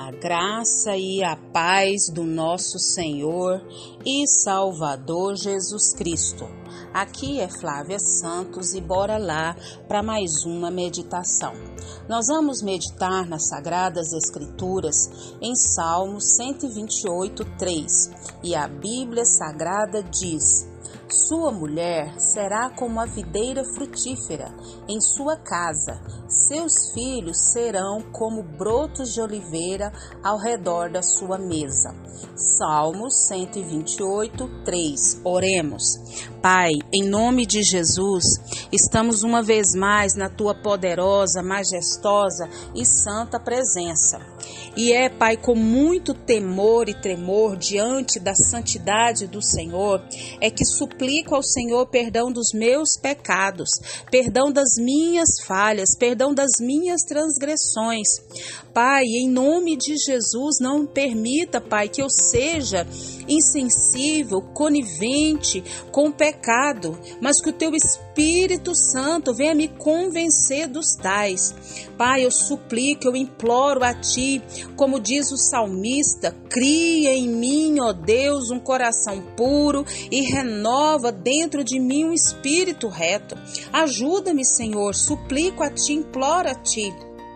A graça e a paz do nosso Senhor e Salvador Jesus Cristo. Aqui é Flávia Santos e bora lá para mais uma meditação. Nós vamos meditar nas Sagradas Escrituras em Salmos 128:3 e a Bíblia Sagrada diz: Sua mulher será como a videira frutífera em sua casa, seus filhos serão como brotos de oliveira ao redor da sua mesa. Salmos 128:3. Oremos. Pai, em nome de Jesus, estamos uma vez mais na Tua poderosa, majestosa e santa presença. E Pai, com muito temor e tremor diante da santidade do Senhor, é que suplico ao Senhor perdão dos meus pecados, perdão das minhas falhas, perdão das minhas transgressões. Pai, em nome de Jesus, não permita, Pai, que eu seja insensível, conivente com o pecado, mas que o Teu Espírito Santo venha me convencer dos tais. Pai, eu suplico, eu imploro a Ti, como diz o salmista, cria em mim, ó Deus, um coração puro e renova dentro de mim um espírito reto. Ajuda-me, Senhor, suplico a Ti, imploro a Ti.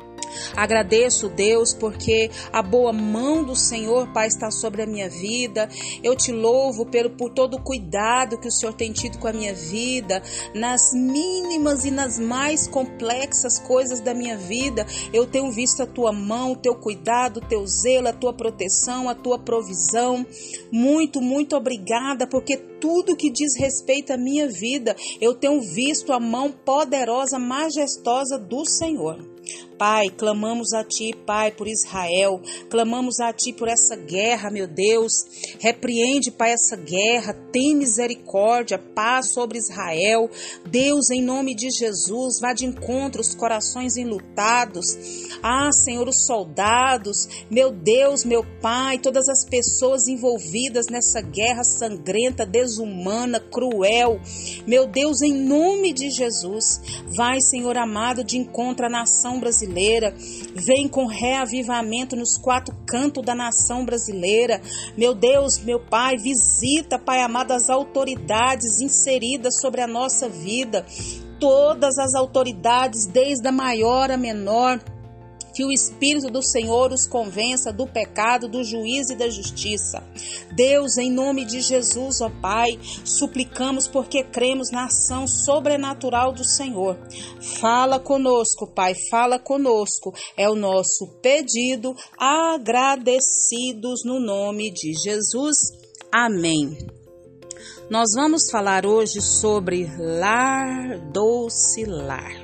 Agradeço, Deus, porque a boa mão do Senhor, Pai, está sobre a minha vida. Eu Te louvo por todo o cuidado que o Senhor tem tido com a minha vida, nas mínimas e nas mais complexas coisas da minha vida. Eu tenho visto a Tua mão, o Teu cuidado, o Teu zelo, a Tua proteção, a Tua provisão. Muito, muito obrigada, porque tudo que diz respeito à minha vida, eu tenho visto a mão poderosa, majestosa do Senhor. Pai, clamamos a Ti, Pai, por Israel, clamamos a Ti por essa guerra, meu Deus. Repreende, Pai, essa guerra, tem misericórdia, paz sobre Israel. Deus, em nome de Jesus, vá de encontro aos corações enlutados. Senhor, os soldados, meu Deus, meu Pai, todas as pessoas envolvidas nessa guerra sangrenta, desumana, cruel. Meu Deus, em nome de Jesus, vai, Senhor amado, de encontro à nação brasileira, vem com reavivamento nos quatro cantos da nação brasileira. Meu Deus, meu Pai, visita, Pai amado, as autoridades inseridas sobre a nossa vida, todas as autoridades, desde a maior a menor. Que o Espírito do Senhor os convença do pecado, do juízo e da justiça. Deus, em nome de Jesus, ó Pai, suplicamos porque cremos na ação sobrenatural do Senhor. Fala conosco, Pai, fala conosco. É o nosso pedido, agradecidos no nome de Jesus. Amém. Nós vamos falar hoje sobre lar doce lar.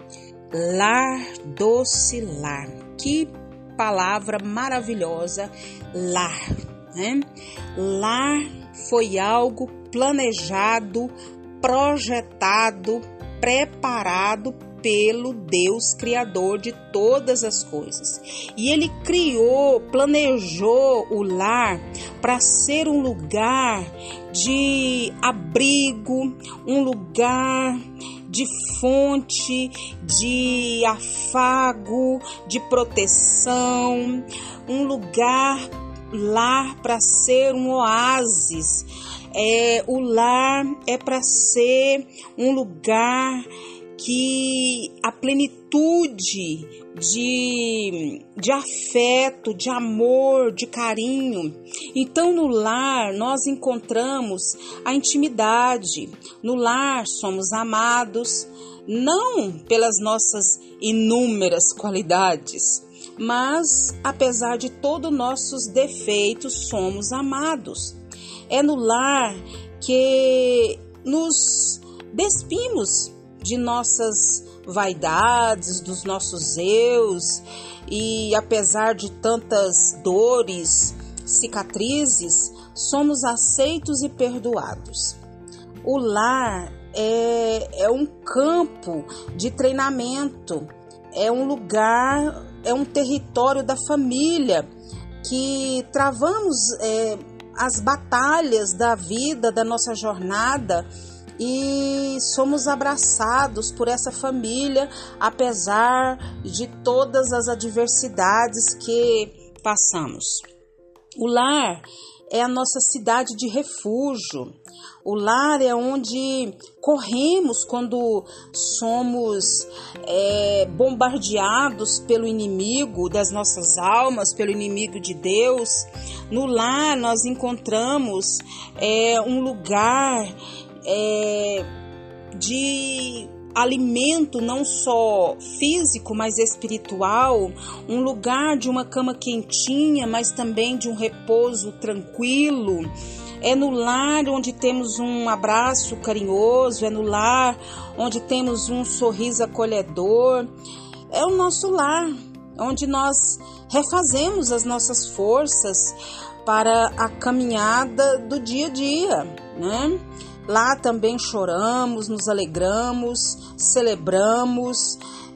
Lar doce lar. Que palavra maravilhosa, lar, né? Lar foi algo planejado, projetado, preparado pelo Deus Criador de todas as coisas. E Ele criou, planejou o lar para ser um lugar de abrigo, um lugar de fonte, de afago, de proteção, um lar para ser um oásis. O lar é para ser um lugar que a plenitude de afeto, de amor, de carinho. Então, no lar, nós encontramos a intimidade. No lar, somos amados, não pelas nossas inúmeras qualidades, mas, apesar de todos nossos defeitos, somos amados. É no lar que nos despimos de nossas vaidades, dos nossos eus, e apesar de tantas dores, cicatrizes, somos aceitos e perdoados. O lar é um campo de treinamento, é um lugar, é um território da família que travamos as batalhas da vida, da nossa jornada, e somos abraçados por essa família, apesar de todas as adversidades que passamos. O lar é a nossa cidade de refúgio. O lar é onde corremos quando somos bombardeados pelo inimigo das nossas almas, pelo inimigo de Deus. No lar nós encontramos um lugar de alimento não só físico, mas espiritual, um lugar de uma cama quentinha, mas também de um repouso tranquilo. É no lar onde temos um abraço carinhoso, é no lar onde temos um sorriso acolhedor. É o nosso lar, onde nós refazemos as nossas forças para a caminhada do dia a dia, né? Lá também choramos, nos alegramos, celebramos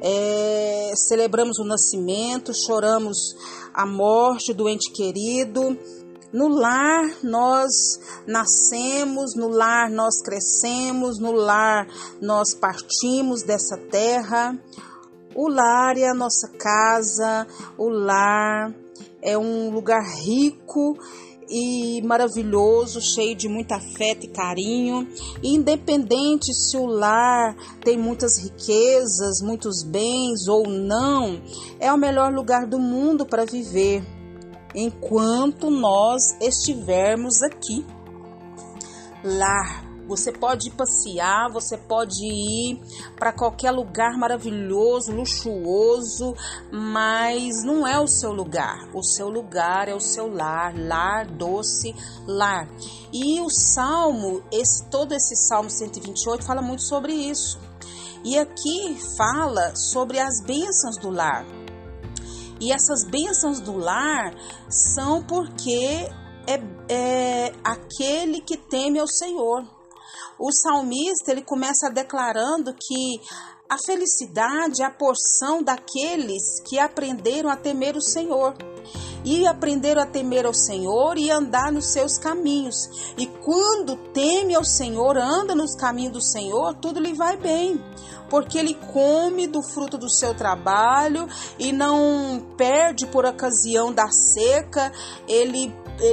o nascimento, choramos a morte do ente querido. No lar nós nascemos, no lar nós crescemos, no lar nós partimos dessa terra. O lar é a nossa casa, o lar é um lugar rico e maravilhoso, cheio de muito afeto e carinho. Independente se o lar tem muitas riquezas, muitos bens ou não, é o melhor lugar do mundo para viver, enquanto nós estivermos aqui. Lar. Você pode passear, você pode ir para qualquer lugar maravilhoso, luxuoso, mas não é o seu lugar. O seu lugar é o seu lar, lar, doce, lar. E o Salmo, todo esse Salmo 128 fala muito sobre isso. E aqui fala sobre as bênçãos do lar. E essas bênçãos do lar são porque é aquele que teme ao Senhor. O salmista, ele começa declarando que a felicidade é a porção daqueles que aprenderam a temer o Senhor. E aprenderam a temer ao Senhor e andar nos seus caminhos. E quando teme ao Senhor, anda nos caminhos do Senhor, tudo lhe vai bem. Porque ele come do fruto do seu trabalho e não perde por ocasião da seca. Ele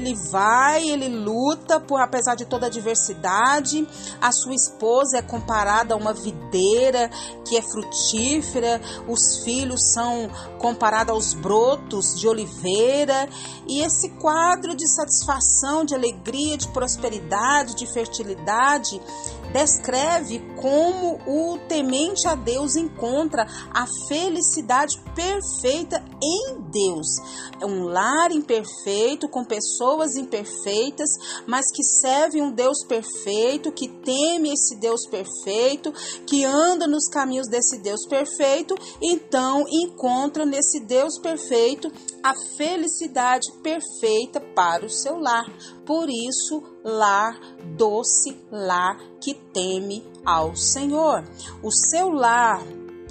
luta apesar de toda a adversidade. A sua esposa é comparada a uma videira que é frutífera, os filhos são comparados aos brotos de oliveira, e esse quadro de satisfação, de alegria, de prosperidade, de fertilidade descreve como o temente a Deus encontra a felicidade perfeita em Deus. É um lar imperfeito, com pessoas imperfeitas, mas que serve um Deus perfeito, que teme esse Deus perfeito, que anda nos caminhos desse Deus perfeito, então encontra nesse Deus perfeito a felicidade perfeita para o seu lar. Por isso, lar, doce lar que teme ao Senhor. O seu lar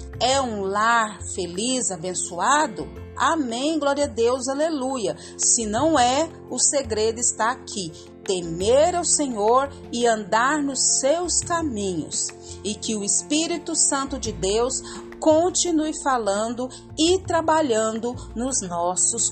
é um lar feliz, abençoado? Amém, glória a Deus, aleluia. Se não é, o segredo está aqui. Temer ao Senhor e andar nos seus caminhos. E que o Espírito Santo de Deus continue falando e trabalhando nos nossos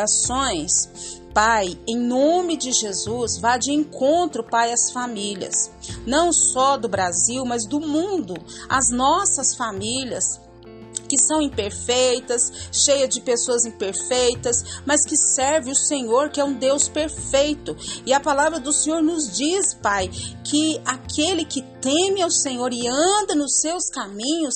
corações. Pai, em nome de Jesus, vá de encontro, Pai, às famílias, não só do Brasil, mas do mundo, as nossas famílias, que são imperfeitas, cheias de pessoas imperfeitas, mas que serve o Senhor, que é um Deus perfeito. E a palavra do Senhor nos diz, Pai, que aquele que teme ao Senhor e anda nos seus caminhos,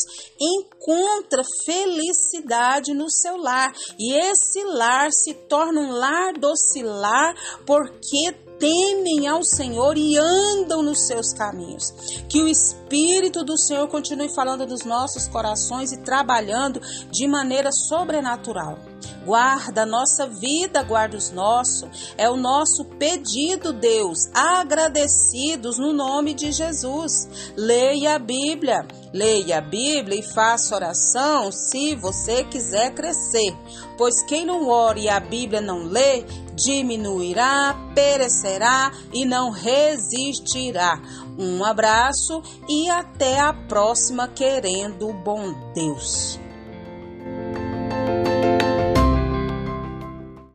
encontra felicidade no seu lar. E esse lar se torna um lar docilar, porque temem ao Senhor e andam nos seus caminhos. Que o Espírito do Senhor continue falando dos nossos corações e trabalhando de maneira sobrenatural. Guarda a nossa vida, guarda os nossos. É o nosso pedido, Deus, agradecidos no nome de Jesus. Leia a Bíblia e faça oração se você quiser crescer. Pois quem não ora e a Bíblia não lê, diminuirá, perecerá e não resistirá. Um abraço e até a próxima, querendo o bom Deus.